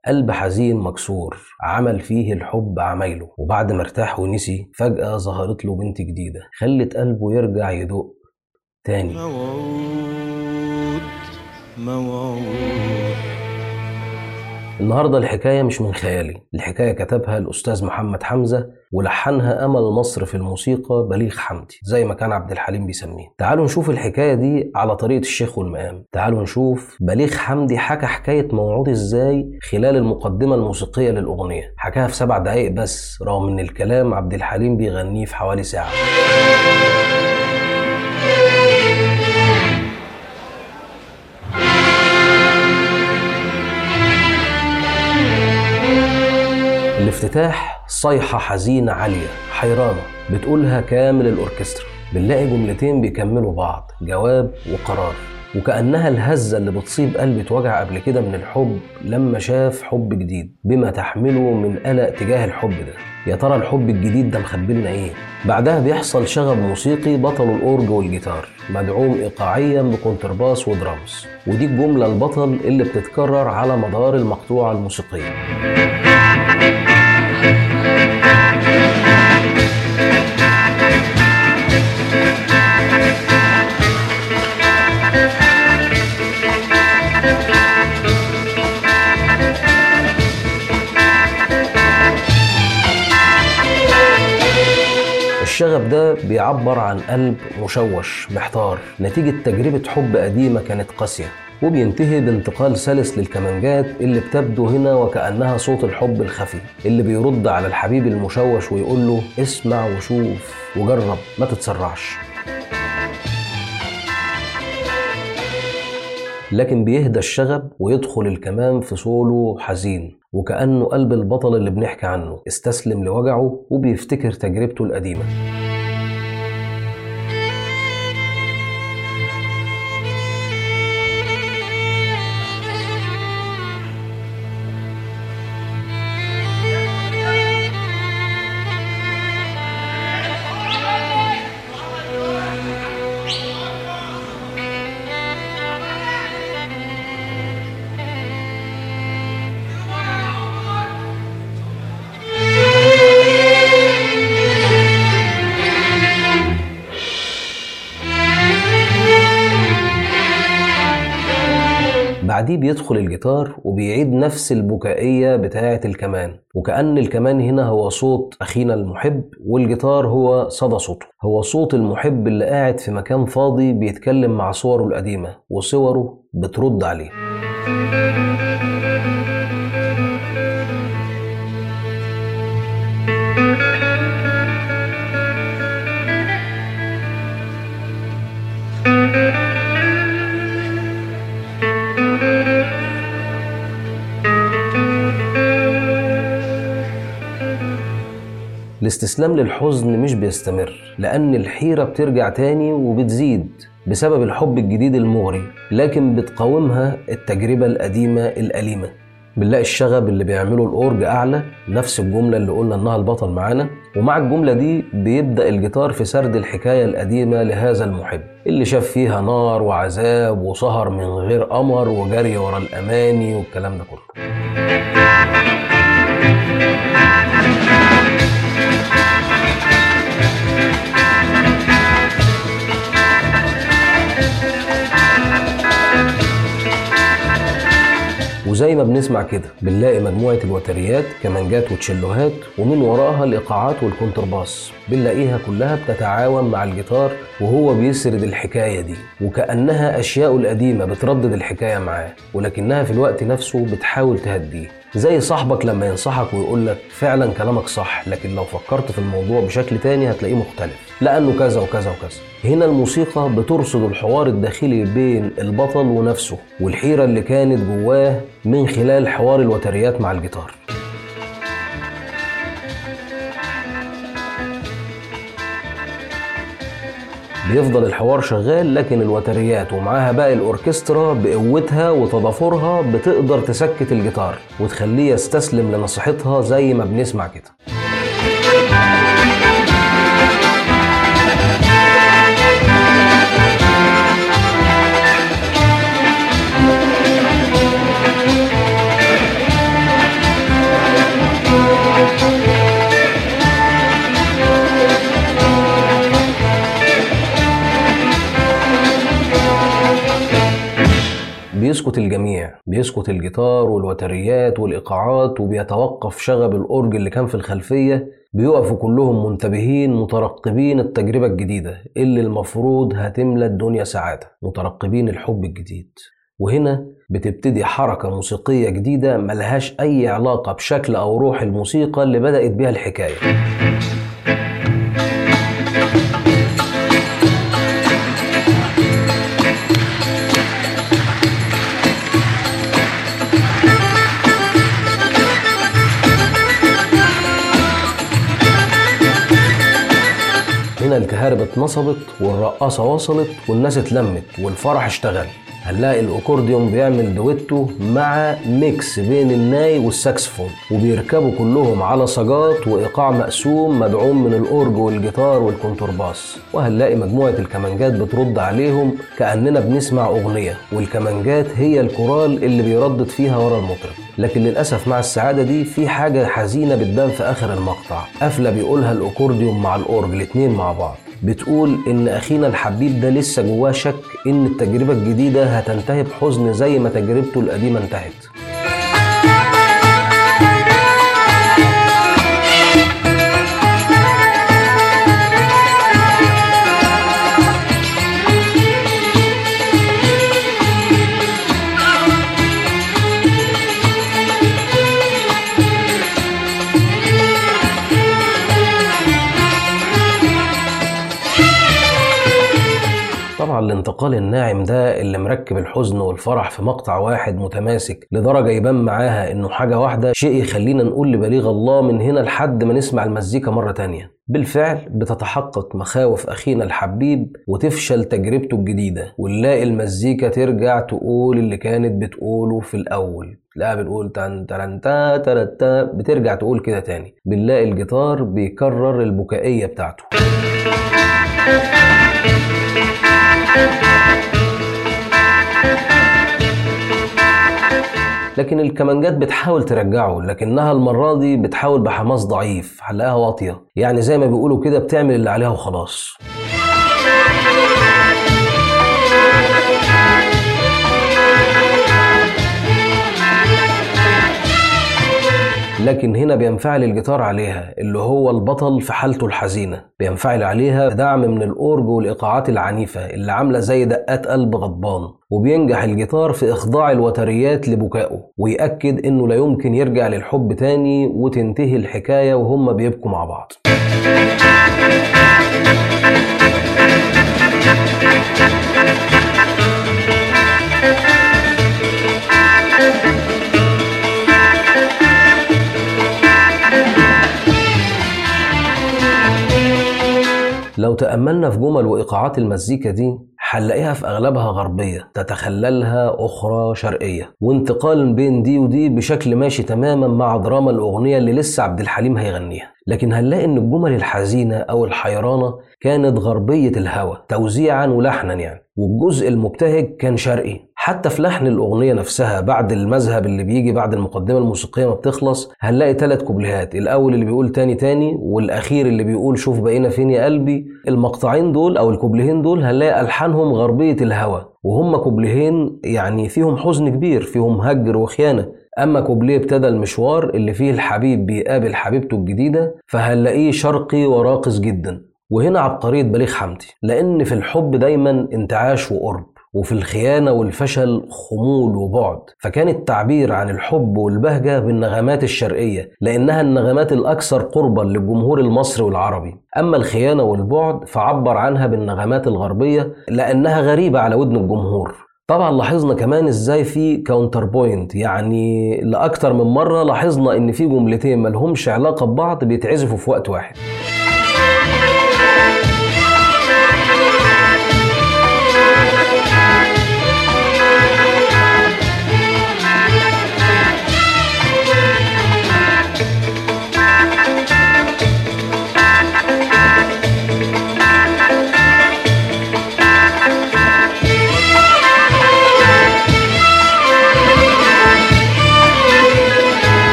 قلب حزين مكسور عمل فيه الحب عمايله، وبعد ما ارتاح ونسي فجأة ظهرت له بنت جديدة خلت قلبه يرجع يدق تاني. موعود موعود. النهاردة الحكاية مش من خيالي، الحكاية كتبها الأستاذ محمد حمزة ولحنها أمل مصر في الموسيقى بليغ حمدي زي ما كان عبد الحليم بيسميه. تعالوا نشوف الحكاية دي على طريقة الشيخ والمقام. تعالوا نشوف بليغ حمدي حكى حكاية موعود ازاي خلال المقدمة الموسيقية للأغنية. حكاها في 7 دقايق بس، رغم ان الكلام عبد الحليم بيغنيه في حوالي ساعة. الافتتاح صيحة حزينة عالية حيرانة بتقولها كامل الأوركسترا، بنلاقي جملتين بيكملوا بعض، جواب وقرار، وكأنها الهزة اللي بتصيب قلبي اتوجع قبل كده من الحب لما شاف حب جديد بما تحمله من قلق تجاه الحب ده. يا ترى الحب الجديد ده مخبلنا ايه؟ بعدها بيحصل شغب موسيقي بطل الأورج والجيتار مدعوم إيقاعيا بكونترباس ودرامز، ودي الجملة البطل اللي بتتكرر على مدار المقطوعة الموسيقية. الشغب ده بيعبر عن قلب مشوش محتار نتيجة تجربة حب قديمة كانت قاسية، وبينتهي بانتقال سلس للكمانجات اللي بتبدو هنا وكأنها صوت الحب الخفي اللي بيرد على الحبيب المشوش ويقول له اسمع وشوف وجرب ما تتسرعش. لكن بيهدى الشغب ويدخل الكمان في سولو حزين، وكأنه قلب البطل اللي بنحكي عنه استسلم لوجعه وبيفتكر تجربته القديمة. بعديه بيدخل الجيتار وبيعيد نفس البكائية بتاعة الكمان، وكأن الكمان هنا هو صوت أخينا المحب والجيتار هو صدى صوته، هو صوت المحب اللي قاعد في مكان فاضي بيتكلم مع صوره القديمة وصوره بترد عليه. الاستسلام للحزن مش بيستمر، لأن الحيرة بترجع تاني وبتزيد بسبب الحب الجديد المغري، لكن بتقاومها التجربة القديمة الأليمة. بنلاقي الشغب اللي بيعمله الأورج أعلى، نفس الجملة اللي قلنا إنها البطل معانا، ومع الجملة دي بيبدأ الجيتار في سرد الحكاية القديمة لهذا المحب اللي شاف فيها نار وعذاب وسهر من غير قمر وجري ورا الأماني والكلام ده كله. وزي ما بنسمع كده بنلاقي مجموعة الوتريات كمانجات وتشيلوهات، ومن وراها الإيقاعات والكونترباس بنلاقيها كلها بتتعاون مع الجيتار وهو بيسرد الحكاية دي، وكأنها أشياء القديمة بتردد الحكاية معاه، ولكنها في الوقت نفسه بتحاول تهديه، زي صاحبك لما ينصحك ويقولك فعلا كلامك صح، لكن لو فكرت في الموضوع بشكل تاني هتلاقيه مختلف لأنه كذا وكذا وكذا. هنا الموسيقى بترصد الحوار الداخلي بين البطل ونفسه والحيرة اللي كانت جواه من خلال حوار الوتريات مع الجيتار. بيفضل الحوار شغال، لكن الوتريات ومعاها باقي الأوركسترا بقوتها وتضافرها بتقدر تسكت الجيتار وتخليه يستسلم لنصيحتها زي ما بنسمع كده. وبيسكت الجميع، بيسكت الجيتار والوتريات والإيقاعات، وبيتوقف شغب الأورج اللي كان في الخلفية. بيقفوا كلهم منتبهين مترقبين التجربة الجديدة اللي المفروض هتملى الدنيا سعادة، مترقبين الحب الجديد. وهنا بتبتدي حركة موسيقية جديدة ملهاش أي علاقة بشكل أو روح الموسيقى اللي بدأت بيها الحكاية. هنا الكهارب اتنصبت والرقاصة وصلت والناس اتلمت والفرح اشتغل. هنلاقي الأكورديون بيعمل دويتو مع ميكس بين الناي والساكسفون، وبيركبوا كلهم على صاجات وإيقاع مقسوم مدعوم من الأورج والجيتار والكونترباس. وهنلاقي مجموعة الكمانجات بترد عليهم كأننا بنسمع أغنية، والكمانجات هي الكورال اللي بيردد فيها ورا المطرب. لكن للأسف مع السعادة دي في حاجة حزينة بتبان في آخر المقطع، قفلة بيقولها الأكورديون مع الأورج الاتنين مع بعض، بتقول إن أخينا الحبيب ده لسه جواه شك إن التجربة الجديدة هتنتهي بحزن زي ما تجربته القديمة انتهت. طبعا الانتقال الناعم ده اللي مركب الحزن والفرح في مقطع واحد متماسك لدرجة يبان معاها انه حاجة واحدة، شيء يخلينا نقول لبليغ الله من هنا لحد ما نسمع المزيكا مرة تانية. بالفعل بتتحقق مخاوف أخينا الحبيب وتفشل تجربته الجديدة، ونلاقي المزيكا ترجع تقول اللي كانت بتقوله في الأول. لا بنقول تان تران تا ترتا، بترجع تقول كده تاني. بنلاقي الجيتار بيكرر البكائية بتاعته. لكن الكمانجات بتحاول ترجعه، لكنها المرة دي بتحاول بحماس ضعيف، هنلاقيها واطية، يعني زي ما بيقولوا كده بتعمل اللي عليها وخلاص. لكن هنا بينفعل الجيتار عليها، اللي هو البطل في حالته الحزينة، بينفعل عليها بدعم من الأورج والإيقاعات العنيفة اللي عاملة زي دقات قلب غضبان، وبينجح الجيتار في إخضاع الوتريات لبكائه، ويأكد إنه لا يمكن يرجع للحب تاني، وتنتهي الحكاية وهم بيبكوا مع بعض. لو تأملنا في جمل وإيقاعات المزيكا دي هنلاقيها في أغلبها غربية تتخللها أخرى شرقية، وانتقال بين دي ودي بشكل ماشي تماما مع دراما الأغنية اللي لسه عبد الحليم هيغنيها. لكن هنلاقي إن الجمل الحزينة أو الحيرانة كانت غربية الهوى توزيعا ولحنا يعني، والجزء المبتهج كان شرقي. حتى في لحن الأغنية نفسها بعد المذهب اللي بيجي بعد المقدمة الموسيقية ما بتخلص هنلاقي 3 كوبليهات، الأول اللي بيقول تاني تاني، والأخير اللي بيقول شوف بقينا فين يا قلبي. المقطعين دول أو الكوبليهين دول هنلاقي ألحانهم غربية الهوى، وهم كوبليهين يعني فيهم حزن كبير، فيهم هجر وخيانة. أما كوبليه ابتدى المشوار اللي فيه الحبيب بيقابل حبيبته الجديدة فهنلاقيه شرقي وراقص جدا. وهنا عبقرية بليغ حمدي، لأن في الحب دايما انتعاش وقرب، وفي الخيانة والفشل خمول وبعد، فكان التعبير عن الحب والبهجة بالنغمات الشرقية لأنها النغمات الأكثر قربا للجمهور المصري والعربي. أما الخيانة والبعد فعبر عنها بالنغمات الغربية لأنها غريبة على ودن الجمهور. طبعا لاحظنا كمان ازاي في كاونتر بوينت، يعني لأكتر من مرة لاحظنا ان في جملتين ملهمش علاقة ببعض بيتعزفوا في وقت واحد.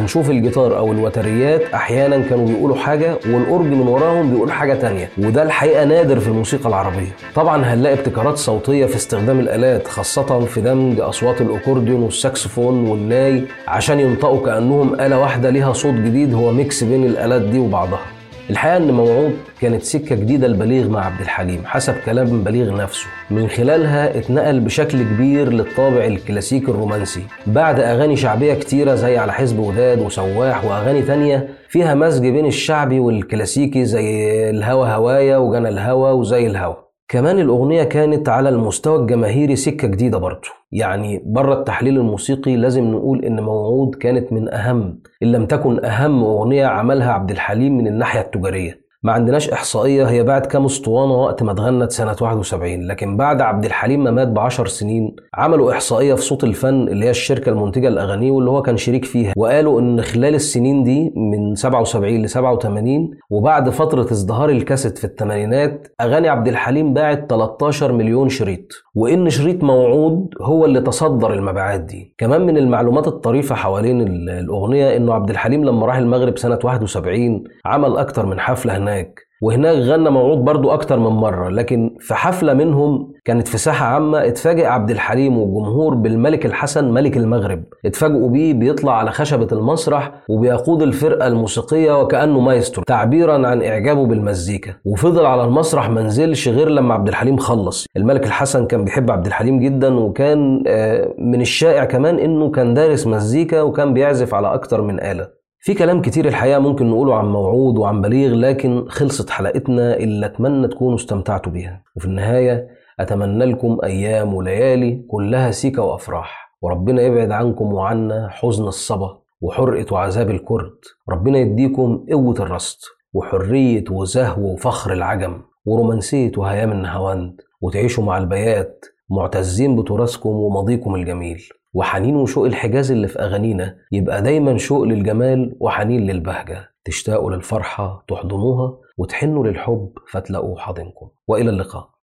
هنشوف الجيتار أو الوتريات أحيانا كانوا بيقولوا حاجة والأورج من وراهم بيقول حاجة تانية، وده الحقيقة نادر في الموسيقى العربية. طبعا هنلاقي ابتكارات صوتية في استخدام الآلات، خاصة في دمج أصوات الأكورديون والساكسفون والناي عشان ينطقوا كأنهم آلة واحدة ليها صوت جديد هو ميكس بين الآلات دي وبعضها. الحقيقة إن موعود كانت سكة جديدة لبليغ مع عبد الحليم حسب كلام بليغ نفسه، من خلالها اتنقل بشكل كبير للطابع الكلاسيكي الرومانسي بعد أغاني شعبية كتيرة زي على حزب وداد وسواح وأغاني تانية فيها مزج بين الشعبي والكلاسيكي زي الهوى هوايا وجنى الهوى وزي الهوى. كمان الأغنية كانت على المستوى الجماهيري سكة جديدة برضه، يعني بره التحليل الموسيقي لازم نقول إن موعود كانت من أهم إن لم تكن أهم أغنية عملها عبد الحليم من الناحية التجارية. ما عندناش إحصائية هي باعت كام اسطوانة وقت ما اتغنت سنة 71، لكن بعد عبد الحليم ما مات ب10 سنين عملوا إحصائية في صوت الفن اللي هي الشركة المنتجة لأغانيه واللي هو كان شريك فيها، وقالوا إن خلال السنين دي من 77 ل 87 وبعد فترة ازدهار الكاسيت في الثمانينات أغاني عبد الحليم باعت 13 مليون شريط، وإن شريط موعود هو اللي تصدر المبيعات دي. كمان من المعلومات الطريفة حوالين الأغنية إنه عبد الحليم لما راح المغرب سنة 71 عمل أكتر من حفلة هناك، وهناك غنى موعود برضو أكتر من مرة، لكن في حفلة منهم كانت في ساحة عامة اتفاجئ عبد الحليم والجمهور بالملك الحسن ملك المغرب، اتفاجئوا بيه بيطلع على خشبة المسرح وبيقود الفرقة الموسيقية وكأنه مايسترو تعبيرا عن إعجابه بالمزيكا، وفضل على المسرح منزلش غير لما عبد الحليم خلص. الملك الحسن كان بيحب عبد الحليم جدا، وكان من الشائع كمان إنه كان دارس مزيكا وكان بيعزف على أكتر من آلة. في كلام كتير الحقيقة ممكن نقوله عن موعود وعن بليغ، لكن خلصت حلقتنا اللي أتمنى تكونوا استمتعتوا بيها. وفي النهاية أتمنى لكم أيام وليالي كلها سيكة وأفراح، وربنا يبعد عنكم وعنا حزن الصبا وحرقة وعذاب الكرد. ربنا يديكم قوة الرصد وحرية وزهو وفخر العجم ورومانسية وهيام النهاوند، وتعيشوا مع البيات معتزين بتراثكم وماضيكم الجميل. وحنين وشوق الحجاز اللي في أغانينا يبقى دايما شوق للجمال وحنين للبهجة، تشتاقوا للفرحة تحضنوها وتحنوا للحب فتلاقوه حاضنكم. وإلى اللقاء.